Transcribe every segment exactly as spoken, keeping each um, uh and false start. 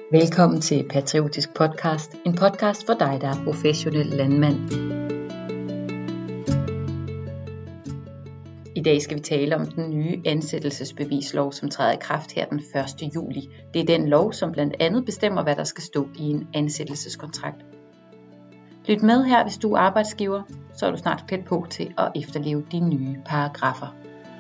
Velkommen til Patriotisk Podcast, en podcast for dig, der er professionel landmand. I dag skal vi tale om den nye ansættelsesbevislov, som træder i kraft her den første juli. Det er den lov, som blandt andet bestemmer, hvad der skal stå i en ansættelseskontrakt. Lyt med her, hvis du er arbejdsgiver, så er du snart klædt på til at efterleve de nye paragrafer.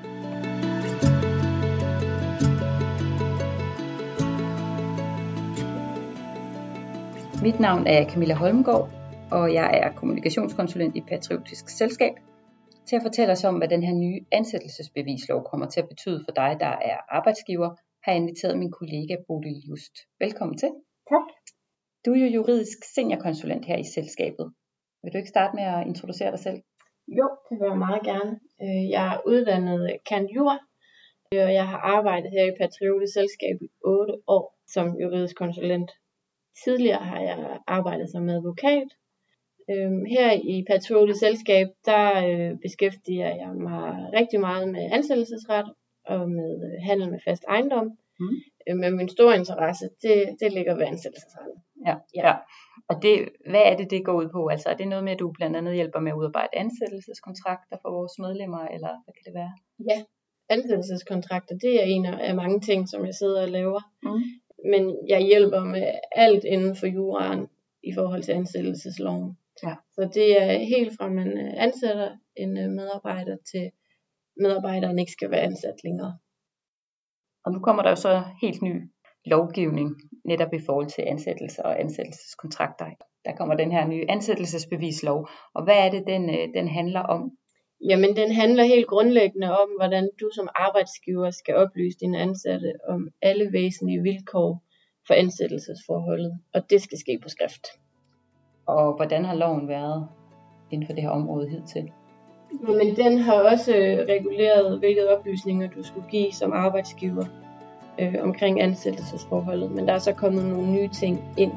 Mit navn er Camilla Holmgaard, og jeg er kommunikationskonsulent i Patriotisk Selskab. Til at fortælle os om, hvad den her nye ansættelsesbevislov kommer til at betyde for dig, der er arbejdsgiver, har jeg inviteret min kollega Bodil Just. Velkommen til. Tak. Du er jo juridisk seniorkonsulent her i selskabet. Vil du ikke starte med at introducere dig selv? Jo, det vil jeg meget gerne. Jeg er uddannet cand.jur, og jeg har arbejdet her i Patriotisk Selskab i otte år som juridisk konsulent. Tidligere har jeg arbejdet som advokat. Her i Patriotisk Selskab, der beskæftiger jeg mig rigtig meget med ansættelsesret og med handel med fast ejendom. Mm. Men min store interesse, det, det ligger ved ansættelsesretten. Ja, ja. ja. Og det, hvad er det, det går ud på? Altså er det noget med, at du blandt andet hjælper med at udarbejde ansættelseskontrakter for vores medlemmer, eller hvad kan det være? Ja, ansættelseskontrakter, det er en af mange ting, som jeg sidder og laver. Mm. Men jeg hjælper med alt inden for juraen i forhold til ansættelsesloven. Ja. Så det er helt fra, man ansætter en medarbejder, til medarbejderen ikke skal være ansat længere. Og nu kommer der jo så helt ny lovgivning, netop i forhold til ansættelse og ansættelseskontrakter. Der kommer den her nye ansættelsesbevislov. Og hvad er det, den, den handler om? Jamen, den handler helt grundlæggende om, hvordan du som arbejdsgiver skal oplyse dine ansatte om alle væsentlige vilkår for ansættelsesforholdet. Og det skal ske på skrift. Og hvordan har loven været inden for det her område hidtil? Jamen, den har også reguleret, hvilke oplysninger du skulle give som arbejdsgiver øh, omkring ansættelsesforholdet. Men der er så kommet nogle nye ting ind.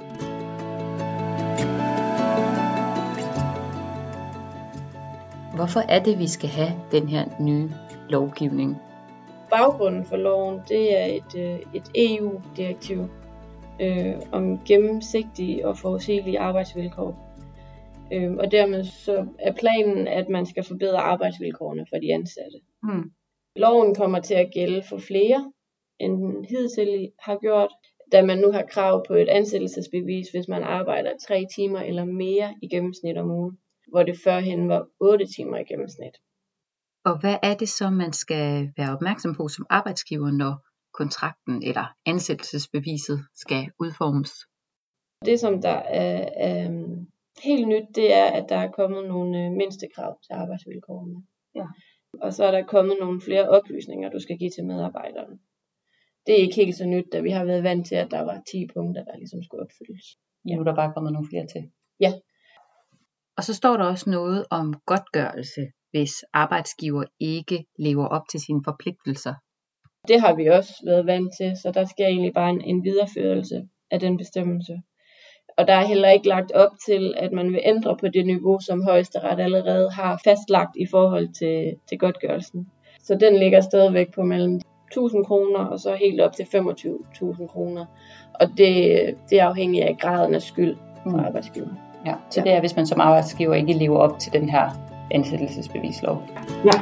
Hvorfor er det, vi skal have den her nye lovgivning? Baggrunden for loven, det er et, et E U-direktiv øh, om gennemsigtige og forudsigelige arbejdsvilkår. Øh, og dermed så er planen, at man skal forbedre arbejdsvilkårene for de ansatte. Mm. Loven kommer til at gælde for flere, end den hidtil har gjort, da man nu har krav på et ansættelsesbevis, hvis man arbejder tre timer eller mere i gennemsnit om ugen, hvor det førhen var otte timer i gennemsnit. Og hvad er det så, man skal være opmærksom på som arbejdsgiver, når kontrakten eller ansættelsesbeviset skal udformes? Det, som der er, er helt nyt, det er, at der er kommet nogle mindstekrav til arbejdsvilkårene. Ja. Og så er der kommet nogle flere oplysninger, du skal give til medarbejderne. Det er ikke helt så nyt, da vi har været vant til, at der var ti punkter, der ligesom skulle opfyldes. Ja, nu er der bare kommet nogle flere til. Ja. Og så står der også noget om godtgørelse, hvis arbejdsgiver ikke lever op til sine forpligtelser. Det har vi også været vant til, så der sker egentlig bare en, en videreførelse af den bestemmelse. Og der er heller ikke lagt op til, at man vil ændre på det niveau, som Højesteret allerede har fastlagt i forhold til, til godtgørelsen. Så den ligger stadigvæk på mellem tusind kroner og så helt op til femogtyve tusind kroner. Og det, det er afhængigt af graden af skyld for mm. arbejdsgiveren. Ja, så det er, hvis man som arbejdsgiver ikke lever op til den her ansættelsesbevislov. Ja.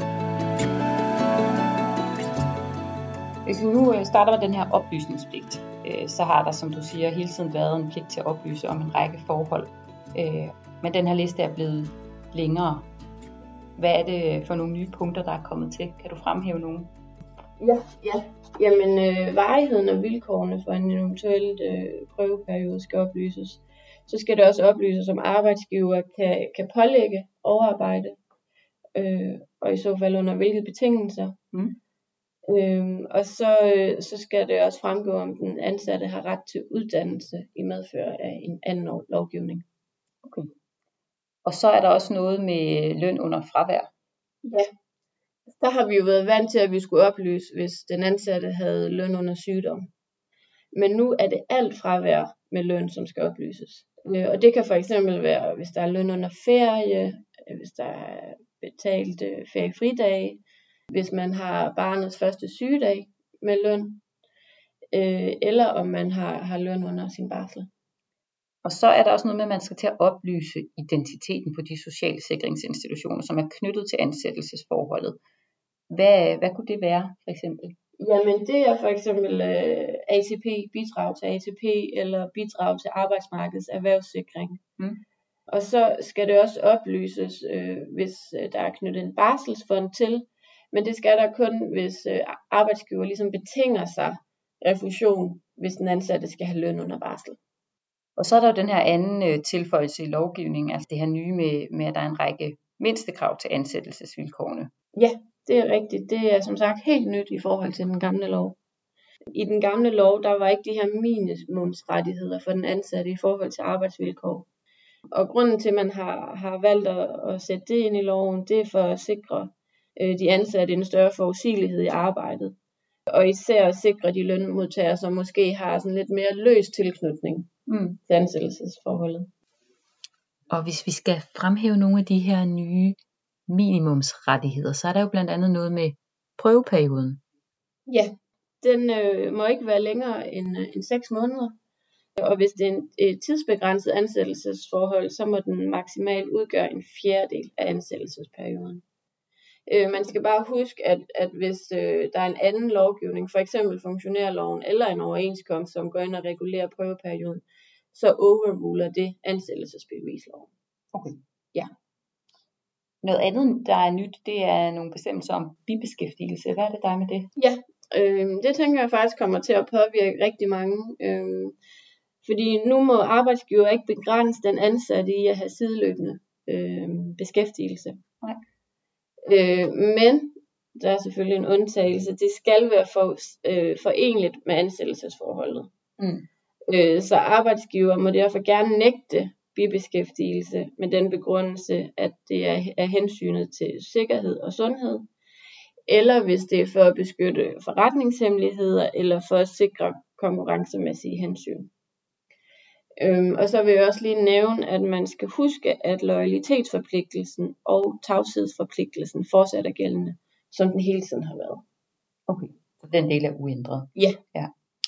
Hvis vi nu starter med den her oplysningspligt, så har der, som du siger, hele tiden været en pligt til at oplyse om en række forhold. Men den her liste er blevet længere. Hvad er det for nogle nye punkter, der er kommet til? Kan du fremhæve nogen? Ja, ja. Jamen, øh, varigheden og vilkårene for en eventuelt øh, prøveperiode skal oplyses. Så skal det også oplyses, om arbejdsgiver kan, kan pålægge overarbejde, øh, og i så fald under hvilke betingelser. Mm. Øh, og så, øh, så skal det også fremgå, om den ansatte har ret til uddannelse i medfør af en anden lovgivning. Okay. Og så er der også noget med løn under fravær. Ja, der har vi jo været vant til, at vi skulle oplyse, hvis den ansatte havde løn under sygdom. Men nu er det alt fravær med løn, som skal oplyses. Og det kan for eksempel være, hvis der er løn under ferie, hvis der er betalt feriefridage, hvis man har barnets første sygedag med løn, øh, eller om man har, har løn under sin barsel. Og så er der også noget med, at man skal til at oplyse identiteten på de sociale sikringsinstitutioner, som er knyttet til ansættelsesforholdet. Hvad, hvad kunne det være, for eksempel? Jamen det er for eksempel øh, A T P, bidrag til A T P, eller bidrag til arbejdsmarkedets erhvervssikring. Mm. Og så skal det også oplyses, øh, hvis øh, der er knyttet en barselsfond til, men det skal der kun, hvis øh, arbejdsgiver ligesom betinger sig refusion, hvis den ansatte skal have løn under barsel. Og så er der jo den her anden øh, tilføjelse i lovgivningen, altså det her nye med, med, at der er en række mindstekrav til ansættelsesvilkårene. Ja, det er rigtigt. Det er som sagt helt nyt i forhold til den gamle lov. I den gamle lov, der var ikke de her minimumsrettigheder for den ansatte i forhold til arbejdsvilkår. Og grunden til, at man har, har valgt at, at sætte det ind i loven, det er for at sikre øh, de ansatte en større forudsigelighed i arbejdet. Og især at sikre de lønmodtagere, som måske har sådan lidt mere løs tilknytning mm. til ansættelsesforholdet. Og hvis vi skal fremhæve nogle af de her nye minimumsrettigheder, så er der jo blandt andet noget med prøveperioden. Ja, den øh, må ikke være længere end, øh, end seks måneder. Og hvis det er en et tidsbegrænset ansættelsesforhold, så må den maksimalt udgøre en fjerdedel af ansættelsesperioden. Øh, man skal bare huske, at, at hvis øh, der er en anden lovgivning, for eksempel funktionærloven eller en overenskomst, som går ind og regulerer prøveperioden, så overruler det ansættelsesbevisloven. Okay. Ja. Noget andet, der er nyt, det er nogle bestemmelser om bibeskæftigelse. Hvad er det, der er med det? Ja, øh, det tænker jeg faktisk kommer til at påvirke rigtig mange. Øh, fordi nu må arbejdsgiver ikke begrænse den ansatte i at have sideløbende øh, beskæftigelse. Nej. Øh, men der er selvfølgelig en undtagelse. Det skal være for, øh, forenligt med ansættelsesforholdet. Mm. Øh, så arbejdsgiver må derfor gerne nægte bibeskæftigelse med den begrundelse, at det er af hensynet til sikkerhed og sundhed, eller hvis det er for at beskytte forretningshemmeligheder, eller for at sikre konkurrencemæssige hensyn. Øhm, og så vil jeg også lige nævne, at man skal huske, at loyalitetsforpligtelsen og tavshedsforpligtelsen fortsat er gældende, som den hele tiden har været. Okay, så den del er uændret. Ja. ja.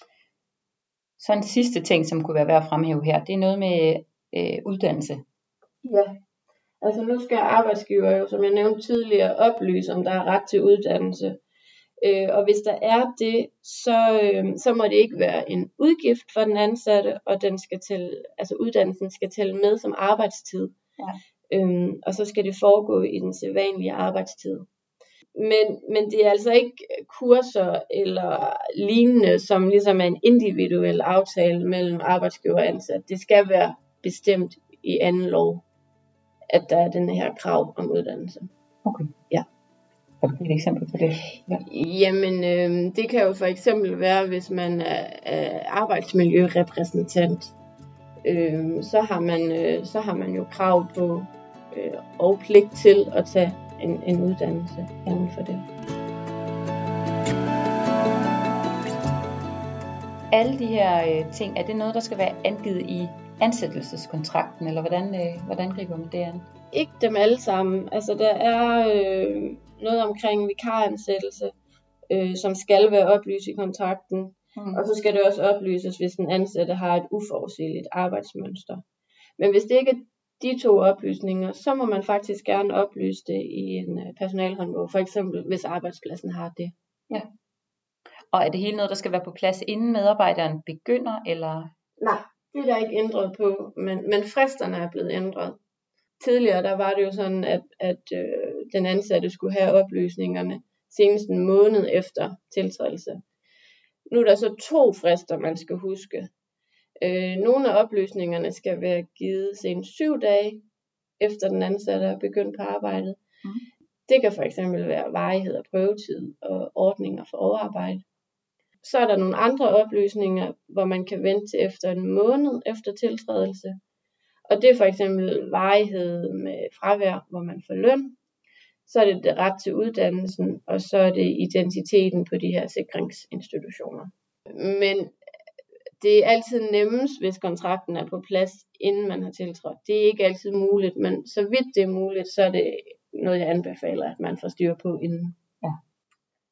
Så en sidste ting, som kunne være værd at fremhæve her, det er noget med øh, uddannelse. Ja, altså nu skal arbejdsgiver jo, som jeg nævnte tidligere, oplyse, om der er ret til uddannelse. Øh, og hvis der er det, så, øh, så må det ikke være en udgift for den ansatte, og den skal tælle, altså uddannelsen skal tælle med som arbejdstid. Ja. Øhm, og så skal det foregå i den sædvanlige arbejdstid. Men, men det er altså ikke kurser eller lignende, som ligesom er en individuel aftale mellem arbejdsgiver og ansat. Det skal være bestemt i anden lov, at der er den her krav om uddannelse. Okay. Ja. Har du et eksempel på det? Ja. Jamen, øh, det kan jo for eksempel være, hvis man er, er arbejdsmiljørepræsentant, øh, så, har man, øh, så har man jo krav på øh, og pligt til at tage en, en uddannelse inden for det. Alle de her øh, ting, er det noget, der skal være angivet i ansættelseskontrakten, eller hvordan, øh, hvordan griber man det an? Ikke dem alle sammen. Altså, der er øh, noget omkring vikaransættelse, øh, som skal være oplyst i kontrakten. Mm. Og så skal det også oplyses, hvis den ansatte har et uforudsigeligt arbejdsmønster. Men hvis det ikke er de to oplysninger, så må man faktisk gerne oplyse det i en personalhåndbog, for eksempel hvis arbejdspladsen har det. Ja. Og er det hele noget, der skal være på plads, inden medarbejderen begynder, eller? Nej, det er der ikke ændret på, men, men fristerne er blevet ændret. Tidligere der var det jo sådan, at, at øh, den ansatte skulle have oplysningerne senest en måned efter tiltrædelse. Nu er der så to frister, man skal huske. Øh, nogle af oplysningerne skal være givet senest syv dage efter den ansatte er begyndt på arbejdet. Mm. Det kan for eksempel være varighed af prøvetid og ordninger for overarbejde. Så er der nogle andre oplysninger, hvor man kan vente til efter en måned efter tiltrædelse. Og det er for eksempel varighed med fravær, hvor man får løn. Så er det, det ret til uddannelsen, og så er det identiteten på de her sikringsinstitutioner. Men det er altid nemmest, hvis kontrakten er på plads, inden man har tiltrådt. Det er ikke altid muligt, men så vidt det er muligt, så er det noget, jeg anbefaler, at man får styr på inden. Ja.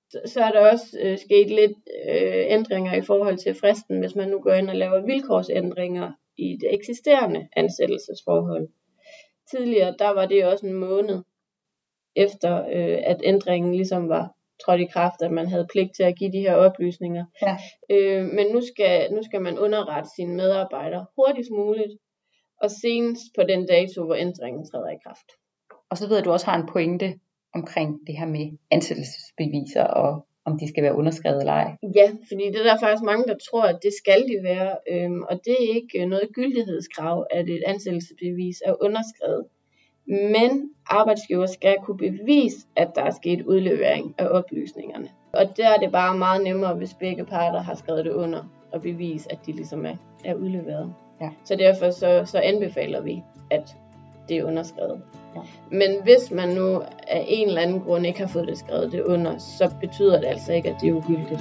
Så, så er der også øh, sket lidt øh, ændringer i forhold til fristen, hvis man nu går ind og laver vilkårsændringer i det eksisterende ansættelsesforhold. Tidligere, der var det også en måned efter, øh, at ændringen ligesom var trådt i kraft, at man havde pligt til at give de her oplysninger. Ja. Øh, men nu skal, nu skal man underrette sine medarbejdere hurtigst muligt, og senest på den dato, hvor ændringen træder i kraft. Og så ved jeg, at du også har en pointe omkring det her med ansættelsesbeviser, og om de skal være underskrevet eller ej. Ja, fordi det er der faktisk mange, der tror, at det skal de være, øhm, og det er ikke noget gyldighedskrav, at et ansættelsesbevis er underskrevet. Men arbejdsgiver skal kunne bevise, at der er sket udlevering af oplysningerne. Og der er det bare meget nemmere, hvis begge parter har skrevet det under, og bevise, at de ligesom er, er udleveret. Ja. Så derfor så, så anbefaler vi, at det er underskrevet. Ja. Men hvis man nu af en eller anden grund ikke har fået det skrevet det under, så betyder det altså ikke, at det er ugyldigt.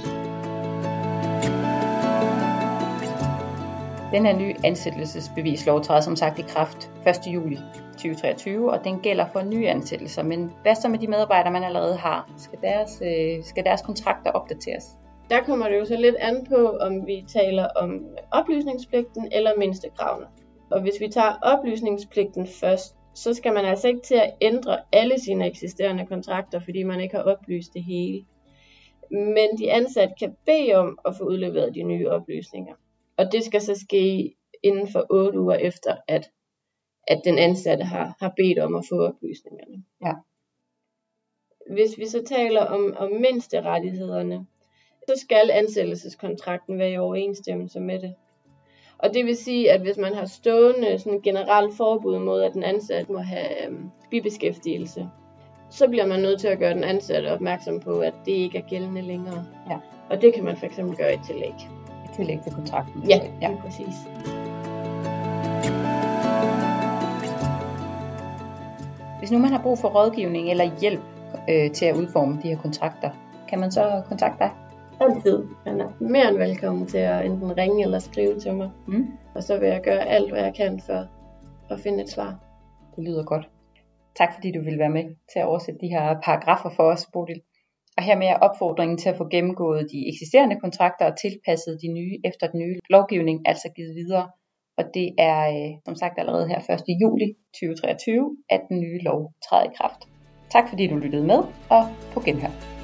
Den her nye ansættelsesbevislov træder som sagt i kraft første juli tyve treogtyve, og den gælder for nye ansættelser. Men hvad så med de medarbejdere, man allerede har? Skal deres, øh, skal deres kontrakter opdateres? Der kommer det jo så lidt an på, om vi taler om oplysningspligten eller mindstekravene. Og hvis vi tager oplysningspligten først, så skal man altså ikke til at ændre alle sine eksisterende kontrakter, fordi man ikke har oplyst det hele. Men de ansatte kan bede om at få udleveret de nye oplysninger. Og det skal så ske inden for otte uger efter, at, at den ansatte har, har bedt om at få oplysningerne. Ja. Hvis vi så taler om, om mindsterettighederne, så skal ansættelseskontrakten være i overensstemmelse med det. Og det vil sige, at hvis man har stående sådan generelt forbud mod, at den ansatte må have øhm, bibeskæftigelse, så bliver man nødt til at gøre den ansatte opmærksom på, at det ikke er gældende længere. Ja. Og det kan man fx gøre i tillæg. I tillæg til kontrakten? Ja, ja. lige præcis. Hvis nu man har brug for rådgivning eller hjælp øh, til at udforme de her kontrakter, kan man så kontakte dig? Altid. Man er mere end velkommen til at enten ringe eller skrive til mig. Mm. Og så vil jeg gøre alt, hvad jeg kan for at finde et svar. Det lyder godt. Tak fordi du ville være med til at oversætte de her paragrafer for os, Bodil. Og hermed er opfordringen til at få gennemgået de eksisterende kontrakter og tilpasset de nye efter den nye lovgivning, altså givet videre. Og det er som sagt allerede her første juli tyve treogtyve, at den nye lov træder i kraft. Tak fordi du lyttede med, og på genhør.